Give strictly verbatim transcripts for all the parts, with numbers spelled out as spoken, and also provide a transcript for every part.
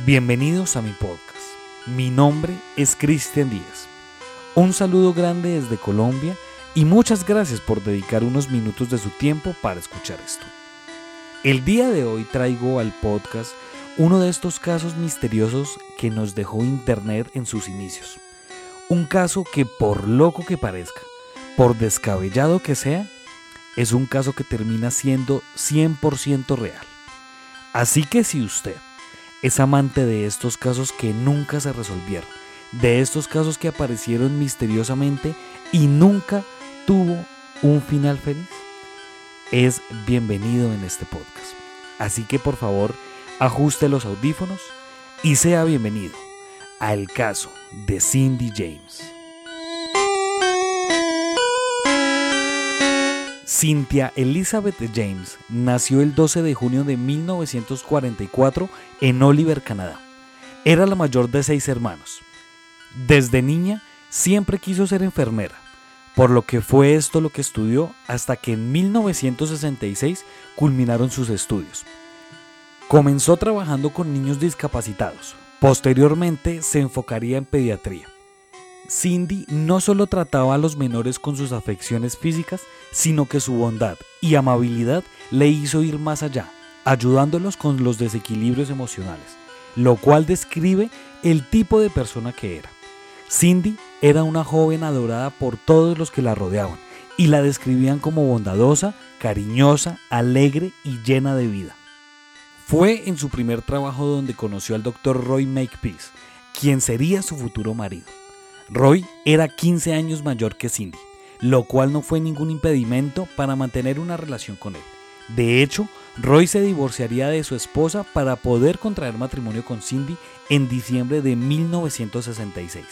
Bienvenidos a mi podcast. Mi nombre es Cristian Díaz. Un saludo grande desde Colombia y muchas gracias por dedicar unos minutos de su tiempo para escuchar esto. El día de hoy traigo al podcast uno de estos casos misteriosos que nos dejó Internet en sus inicios. Un caso que, por loco que parezca, por descabellado que sea, es un caso que termina siendo cien por ciento real. Así que si usted es amante de estos casos que nunca se resolvieron, de estos casos que aparecieron misteriosamente y nunca tuvo un final feliz, es bienvenido en este podcast. Así que por favor, ajuste los audífonos y sea bienvenido al caso de Cindy James. Cynthia Elizabeth James nació el doce de junio de mil novecientos cuarenta y cuatro en Oliver, Canadá. Era la mayor de seis hermanos. Desde niña siempre quiso ser enfermera, por lo que fue esto lo que estudió hasta que en mil novecientos sesenta y seis culminaron sus estudios. Comenzó trabajando con niños discapacitados. Posteriormente se enfocaría en pediatría. Cindy no solo trataba a los menores con sus afecciones físicas, sino que su bondad y amabilidad le hizo ir más allá, ayudándolos con los desequilibrios emocionales, lo cual describe el tipo de persona que era. Cindy era una joven adorada por todos los que la rodeaban y la describían como bondadosa, cariñosa, alegre y llena de vida. Fue en su primer trabajo donde conoció al doctor Roy Makepeace, quien sería su futuro marido. Roy era quince años mayor que Cindy, lo cual no fue ningún impedimento para mantener una relación con él. De hecho, Roy se divorciaría de su esposa para poder contraer matrimonio con Cindy en diciembre de mil novecientos sesenta y seis.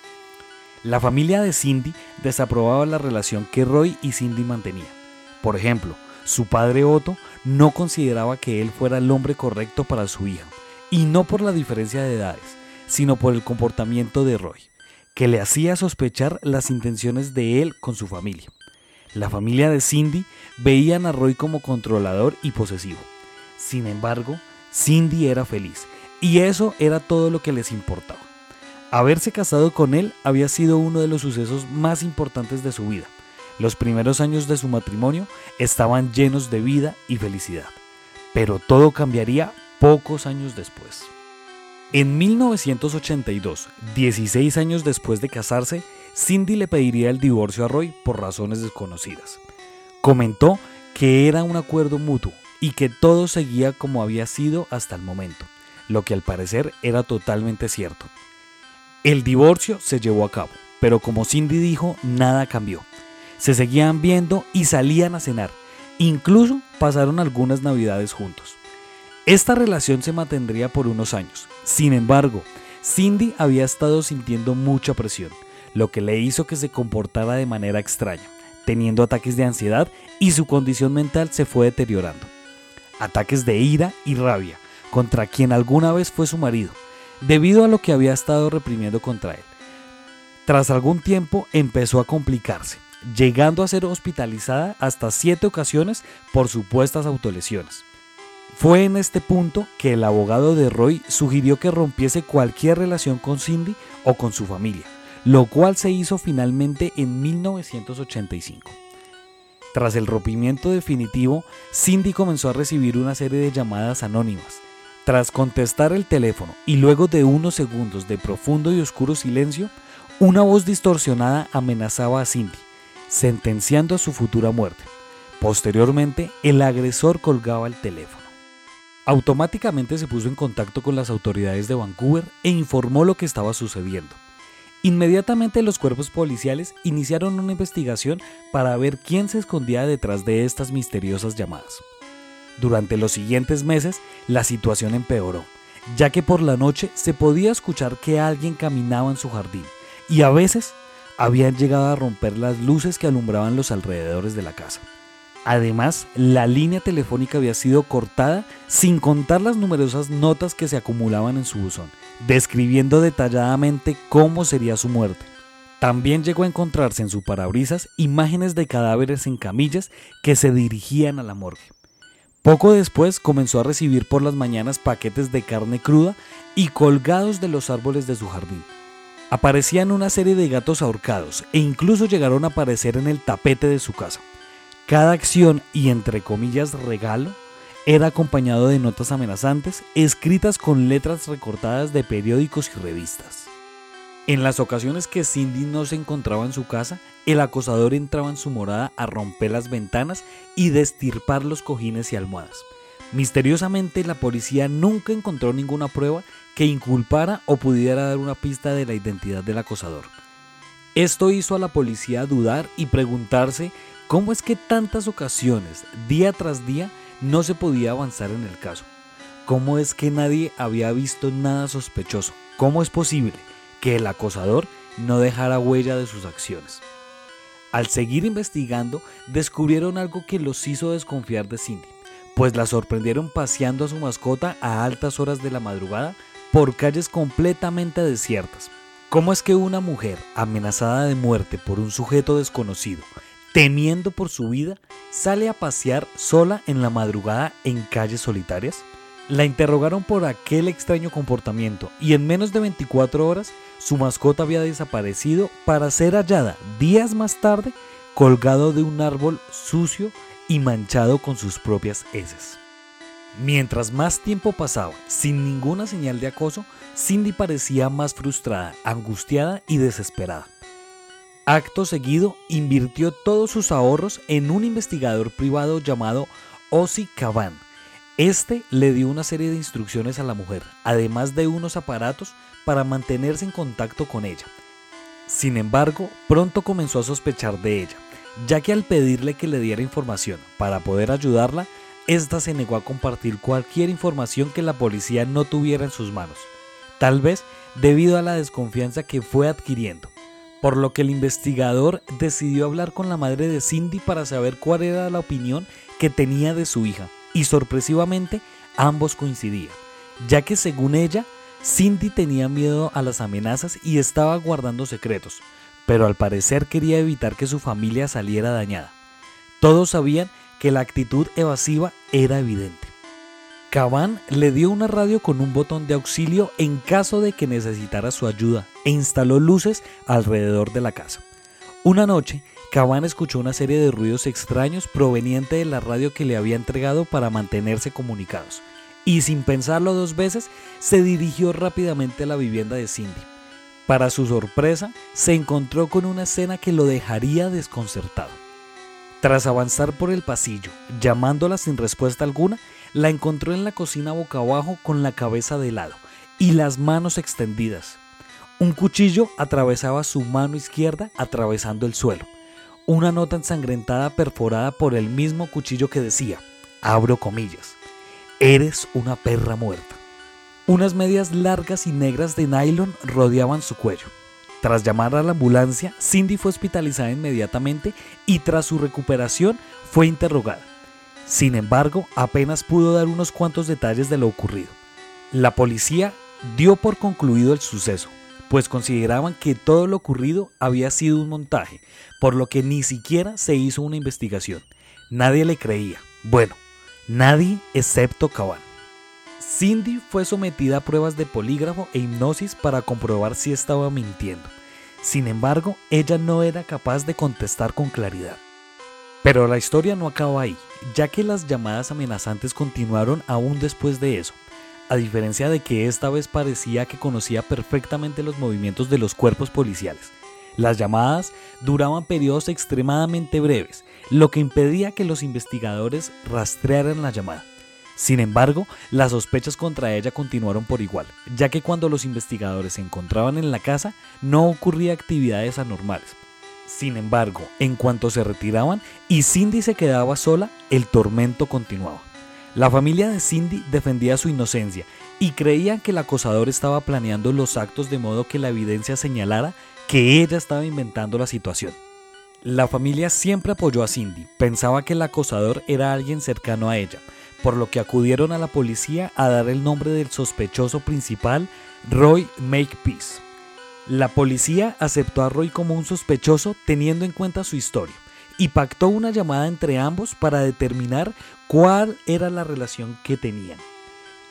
La familia de Cindy desaprobaba la relación que Roy y Cindy mantenían. Por ejemplo, su padre Otto no consideraba que él fuera el hombre correcto para su hija, y no por la diferencia de edades, sino por el comportamiento de Roy, que le hacía sospechar las intenciones de él con su familia. La familia de Cindy veían a Roy como controlador y posesivo. Sin embargo, Cindy era feliz, y eso era todo lo que les importaba. Haberse casado con él había sido uno de los sucesos más importantes de su vida. Los primeros años de su matrimonio estaban llenos de vida y felicidad, pero todo cambiaría pocos años después. En mil novecientos ochenta y dos, dieciséis años después de casarse, Cindy le pediría el divorcio a Roy por razones desconocidas. Comentó que era un acuerdo mutuo y que todo seguía como había sido hasta el momento, lo que al parecer era totalmente cierto. El divorcio se llevó a cabo, pero como Cindy dijo, nada cambió. Se seguían viendo y salían a cenar, incluso pasaron algunas navidades juntos. Esta relación se mantendría por unos años. Sin embargo, Cindy había estado sintiendo mucha presión, lo que le hizo que se comportara de manera extraña, teniendo ataques de ansiedad y su condición mental se fue deteriorando. Ataques de ira y rabia contra quien alguna vez fue su marido, debido a lo que había estado reprimiendo contra él. Tras algún tiempo empezó a complicarse, llegando a ser hospitalizada hasta siete ocasiones por supuestas autolesiones. Fue en este punto que el abogado de Roy sugirió que rompiese cualquier relación con Cindy o con su familia, lo cual se hizo finalmente en mil novecientos ochenta y cinco. Tras el rompimiento definitivo, Cindy comenzó a recibir una serie de llamadas anónimas. Tras contestar el teléfono y luego de unos segundos de profundo y oscuro silencio, una voz distorsionada amenazaba a Cindy, sentenciando a su futura muerte. Posteriormente, el agresor colgaba el teléfono. Automáticamente se puso en contacto con las autoridades de Vancouver e informó lo que estaba sucediendo. Inmediatamente los cuerpos policiales iniciaron una investigación para ver quién se escondía detrás de estas misteriosas llamadas. Durante los siguientes meses, la situación empeoró, ya que por la noche se podía escuchar que alguien caminaba en su jardín y a veces habían llegado a romper las luces que alumbraban los alrededores de la casa. Además, la línea telefónica había sido cortada sin contar las numerosas notas que se acumulaban en su buzón, describiendo detalladamente cómo sería su muerte. También llegó a encontrarse en su parabrisas imágenes de cadáveres en camillas que se dirigían a la morgue. Poco después comenzó a recibir por las mañanas paquetes de carne cruda y colgados de los árboles de su jardín. Aparecían una serie de gatos ahorcados e incluso llegaron a aparecer en el tapete de su casa. Cada acción y entre comillas regalo era acompañado de notas amenazantes escritas con letras recortadas de periódicos y revistas. En las ocasiones que Cindy no se encontraba en su casa, el acosador entraba en su morada a romper las ventanas y destirpar los cojines y almohadas. Misteriosamente, la policía nunca encontró ninguna prueba que inculpara o pudiera dar una pista de la identidad del acosador. Esto hizo a la policía dudar y preguntarse cómo es que tantas ocasiones, día tras día, no se podía avanzar en el caso. ¿Cómo es que nadie había visto nada sospechoso? ¿Cómo es posible que el acosador no dejara huella de sus acciones? Al seguir investigando, descubrieron algo que los hizo desconfiar de Cindy, pues la sorprendieron paseando a su mascota a altas horas de la madrugada por calles completamente desiertas. ¿Cómo es que una mujer amenazada de muerte por un sujeto desconocido, temiendo por su vida, sale a pasear sola en la madrugada en calles solitarias? La interrogaron por aquel extraño comportamiento y en menos de veinticuatro horas su mascota había desaparecido para ser hallada días más tarde colgado de un árbol sucio y manchado con sus propias heces. Mientras más tiempo pasaba sin ninguna señal de acoso, Cindy parecía más frustrada, angustiada y desesperada. Acto seguido, invirtió todos sus ahorros en un investigador privado llamado Ozzy Caban. Este le dio una serie de instrucciones a la mujer, además de unos aparatos para mantenerse en contacto con ella. Sin embargo, pronto comenzó a sospechar de ella, ya que al pedirle que le diera información para poder ayudarla, esta se negó a compartir cualquier información que la policía no tuviera en sus manos, tal vez debido a la desconfianza que fue adquiriendo, por lo que el investigador decidió hablar con la madre de Cindy para saber cuál era la opinión que tenía de su hija, y sorpresivamente ambos coincidían, ya que según ella, Cindy tenía miedo a las amenazas y estaba guardando secretos, pero al parecer quería evitar que su familia saliera dañada. Todos sabían que la actitud evasiva era evidente. Caban le dio una radio con un botón de auxilio en caso de que necesitara su ayuda e instaló luces alrededor de la casa. Una noche, Caban escuchó una serie de ruidos extraños provenientes de la radio que le había entregado para mantenerse comunicados, y sin pensarlo dos veces, se dirigió rápidamente a la vivienda de Cindy. Para su sorpresa, se encontró con una escena que lo dejaría desconcertado. Tras avanzar por el pasillo, llamándola sin respuesta alguna, la encontró en la cocina boca abajo con la cabeza de lado y las manos extendidas. Un cuchillo atravesaba su mano izquierda atravesando el suelo. Una nota ensangrentada perforada por el mismo cuchillo que decía, abro comillas, eres una perra muerta. Unas medias largas y negras de nylon rodeaban su cuello. Tras llamar a la ambulancia, Cindy fue hospitalizada inmediatamente y tras su recuperación fue interrogada. Sin embargo, apenas pudo dar unos cuantos detalles de lo ocurrido. La policía dio por concluido el suceso, pues consideraban que todo lo ocurrido había sido un montaje, por lo que ni siquiera se hizo una investigación. Nadie le creía. Bueno, nadie excepto Caban. Cindy fue sometida a pruebas de polígrafo e hipnosis para comprobar si estaba mintiendo. Sin embargo, ella no era capaz de contestar con claridad. Pero la historia no acaba ahí, ya que las llamadas amenazantes continuaron aún después de eso. A diferencia de que esta vez parecía que conocía perfectamente los movimientos de los cuerpos policiales. Las llamadas duraban periodos extremadamente breves, lo que impedía que los investigadores rastrearan la llamada. Sin embargo, las sospechas contra ella continuaron por igual, ya que cuando los investigadores se encontraban en la casa no ocurría actividades anormales. Sin embargo, en cuanto se retiraban y Cindy se quedaba sola, el tormento continuaba. La familia de Cindy defendía su inocencia y creían que el acosador estaba planeando los actos de modo que la evidencia señalara que ella estaba inventando la situación. La familia siempre apoyó a Cindy, pensaba que el acosador era alguien cercano a ella, por lo que acudieron a la policía a dar el nombre del sospechoso principal, Roy Makepeace. La policía aceptó a Roy como un sospechoso teniendo en cuenta su historia y pactó una llamada entre ambos para determinar cuál era la relación que tenían.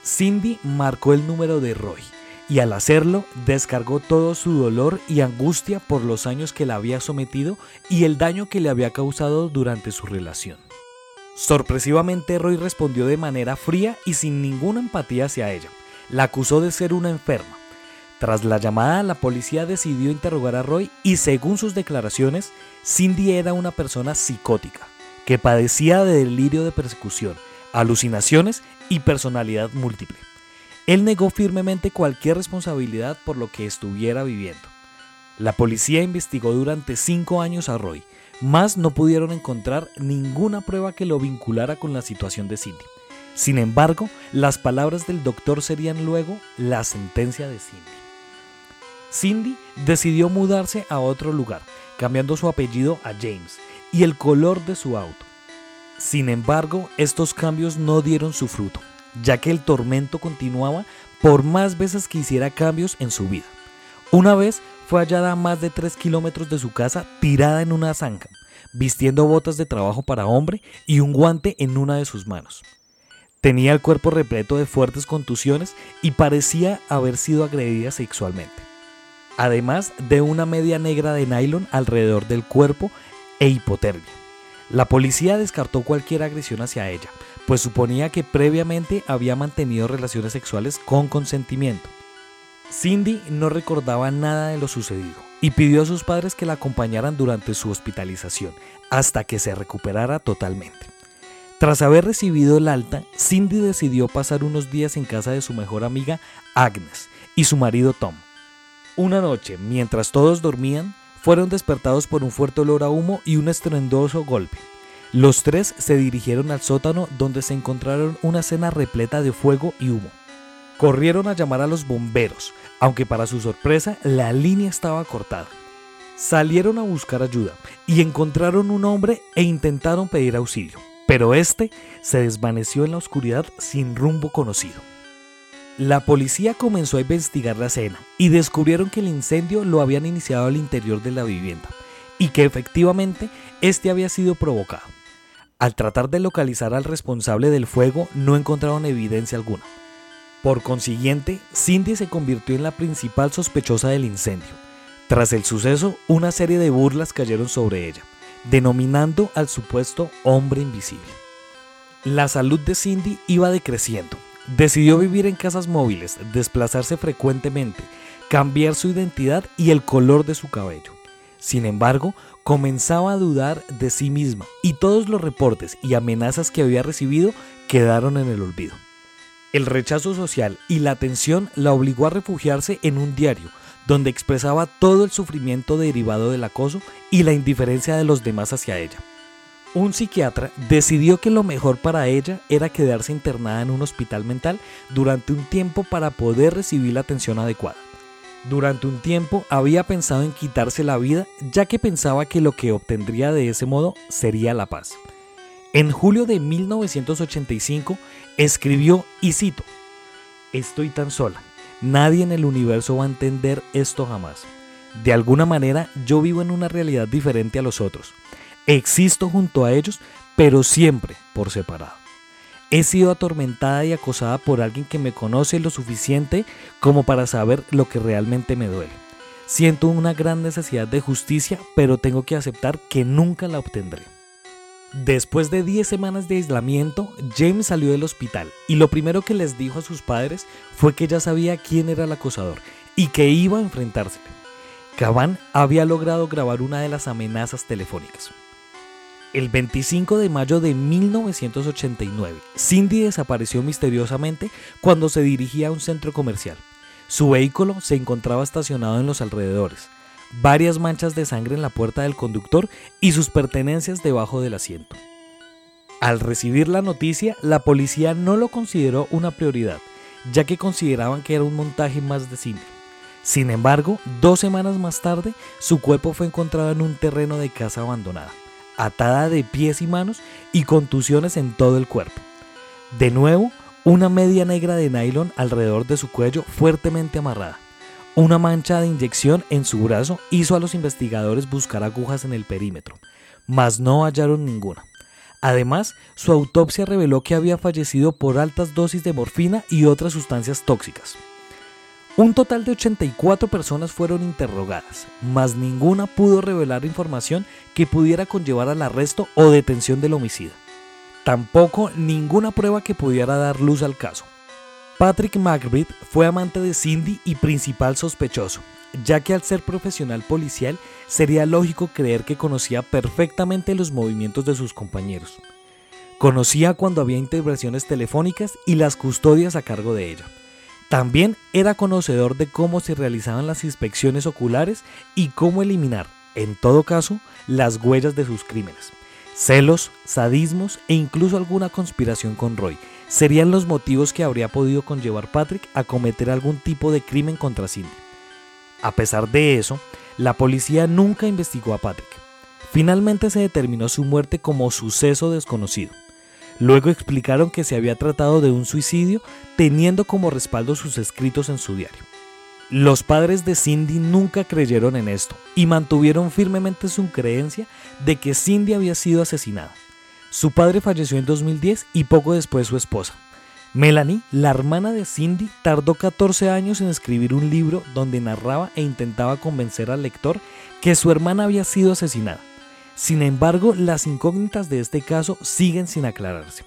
Cindy marcó el número de Roy y al hacerlo descargó todo su dolor y angustia por los años que la había sometido y el daño que le había causado durante su relación. Sorpresivamente, Roy respondió de manera fría y sin ninguna empatía hacia ella. La acusó de ser una enferma. Tras la llamada, la policía decidió interrogar a Roy y según sus declaraciones, Cindy era una persona psicótica que padecía de delirio de persecución, alucinaciones y personalidad múltiple. Él negó firmemente cualquier responsabilidad por lo que estuviera viviendo. La policía investigó durante cinco años a Roy, mas no pudieron encontrar ninguna prueba que lo vinculara con la situación de Cindy. Sin embargo, las palabras del doctor serían luego la sentencia de Cindy. Cindy decidió mudarse a otro lugar, cambiando su apellido a James y el color de su auto. Sin embargo, estos cambios no dieron su fruto, ya que el tormento continuaba por más veces que hiciera cambios en su vida. Una vez fue hallada a más de tres kilómetros de su casa tirada en una zanja, vistiendo botas de trabajo para hombre y un guante en una de sus manos. Tenía el cuerpo repleto de fuertes contusiones y parecía haber sido agredida sexualmente, además de una media negra de nylon alrededor del cuerpo e hipotermia. La policía descartó cualquier agresión hacia ella, pues suponía que previamente había mantenido relaciones sexuales con consentimiento. Cindy no recordaba nada de lo sucedido y pidió a sus padres que la acompañaran durante su hospitalización hasta que se recuperara totalmente. Tras haber recibido el alta, Cindy decidió pasar unos días en casa de su mejor amiga Agnes y su marido Tom. Una noche, mientras todos dormían, fueron despertados por un fuerte olor a humo y un estruendoso golpe. Los tres se dirigieron al sótano donde se encontraron una escena repleta de fuego y humo. Corrieron a llamar a los bomberos, aunque para su sorpresa la línea estaba cortada. Salieron a buscar ayuda y encontraron un hombre e intentaron pedir auxilio, pero este se desvaneció en la oscuridad sin rumbo conocido. La policía comenzó a investigar la escena y descubrieron que el incendio lo habían iniciado al interior de la vivienda y que efectivamente este había sido provocado. Al tratar de localizar al responsable del fuego no encontraron evidencia alguna. Por consiguiente, Cindy se convirtió en la principal sospechosa del incendio. Tras el suceso, una serie de burlas cayeron sobre ella, denominando al supuesto hombre invisible. La salud de Cindy iba decreciendo. Decidió vivir en casas móviles, desplazarse frecuentemente, cambiar su identidad y el color de su cabello. Sin embargo, comenzaba a dudar de sí misma y todos los reportes y amenazas que había recibido quedaron en el olvido. El rechazo social y la tensión la obligó a refugiarse en un diario, donde expresaba todo el sufrimiento derivado del acoso y la indiferencia de los demás hacia ella. Un psiquiatra decidió que lo mejor para ella era quedarse internada en un hospital mental durante un tiempo para poder recibir la atención adecuada. Durante un tiempo había pensado en quitarse la vida, ya que pensaba que lo que obtendría de ese modo sería la paz. En julio de mil novecientos ochenta y cinco escribió, y cito: "Estoy tan sola, nadie en el universo va a entender esto jamás. De alguna manera yo vivo en una realidad diferente a los otros. Existo junto a ellos, pero siempre por separado. He sido atormentada y acosada por alguien que me conoce lo suficiente como para saber lo que realmente me duele. Siento una gran necesidad de justicia, pero tengo que aceptar que nunca la obtendré". Después de diez semanas de aislamiento, James salió del hospital y lo primero que les dijo a sus padres fue que ya sabía quién era el acosador y que iba a enfrentársele. Cavan había logrado grabar una de las amenazas telefónicas. El veinticinco de mayo de mil novecientos ochenta y nueve, Cindy desapareció misteriosamente cuando se dirigía a un centro comercial. Su vehículo se encontraba estacionado en los alrededores, varias manchas de sangre en la puerta del conductor y sus pertenencias debajo del asiento. Al recibir la noticia, la policía no lo consideró una prioridad, ya que consideraban que era un montaje más de Cindy. Sin embargo, dos semanas más tarde, su cuerpo fue encontrado en un terreno de casa abandonada, atada de pies y manos y contusiones en todo el cuerpo. De nuevo, una media negra de nylon alrededor de su cuello fuertemente amarrada. Una mancha de inyección en su brazo hizo a los investigadores buscar agujas en el perímetro, mas no hallaron ninguna. Además, su autopsia reveló que había fallecido por altas dosis de morfina y otras sustancias tóxicas. Un total de ochenta y cuatro personas fueron interrogadas, mas ninguna pudo revelar información que pudiera conllevar al arresto o detención del homicida. Tampoco ninguna prueba que pudiera dar luz al caso. Patrick McBride fue amante de Cindy y principal sospechoso, ya que al ser profesional policial sería lógico creer que conocía perfectamente los movimientos de sus compañeros. Conocía cuando había intervenciones telefónicas y las custodias a cargo de ella. También era conocedor de cómo se realizaban las inspecciones oculares y cómo eliminar, en todo caso, las huellas de sus crímenes. Celos, sadismos e incluso alguna conspiración con Roy serían los motivos que habría podido conllevar Patrick a cometer algún tipo de crimen contra Cindy. A pesar de eso, la policía nunca investigó a Patrick. Finalmente se determinó su muerte como suceso desconocido. Luego explicaron que se había tratado de un suicidio, teniendo como respaldo sus escritos en su diario. Los padres de Cindy nunca creyeron en esto y mantuvieron firmemente su creencia de que Cindy había sido asesinada. Su padre falleció en dos mil diez y poco después su esposa. Melanie, la hermana de Cindy, tardó catorce años en escribir un libro donde narraba e intentaba convencer al lector que su hermana había sido asesinada. Sin embargo, las incógnitas de este caso siguen sin aclararse.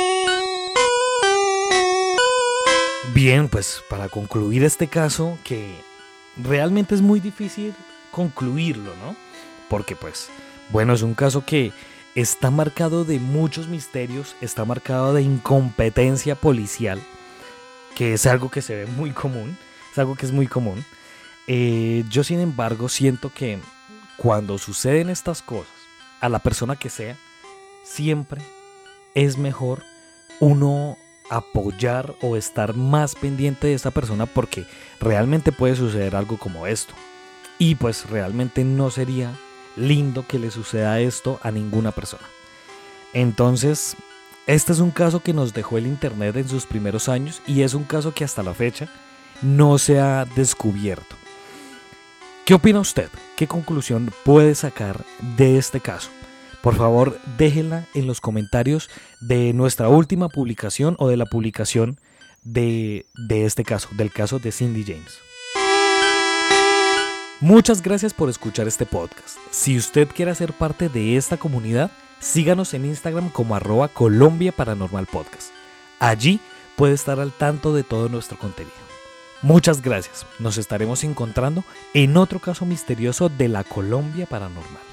Bien, pues para concluir este caso, que realmente es muy difícil concluirlo, ¿no? Porque pues, bueno, es un caso que está marcado de muchos misterios, está marcado de incompetencia policial, que es algo que se ve muy común, es algo que es muy común. Eh, yo sin embargo siento que cuando suceden estas cosas, a la persona que sea, siempre es mejor uno apoyar o estar más pendiente de esa persona, porque realmente puede suceder algo como esto. Y pues realmente no sería lindo que le suceda esto a ninguna persona. Entonces, este es un caso que nos dejó el internet en sus primeros años y es un caso que hasta la fecha no se ha descubierto. ¿Qué opina usted? ¿Qué conclusión puede sacar de este caso? Por favor, déjela en los comentarios de nuestra última publicación o de la publicación de, de este caso, del caso de Cindy James. Muchas gracias por escuchar este podcast. Si usted quiere ser parte de esta comunidad, síganos en Instagram como arroba Colombia Paranormal Podcast. Allí puede estar al tanto de todo nuestro contenido. Muchas gracias. Nos estaremos encontrando en otro caso misterioso de la Colombia Paranormal.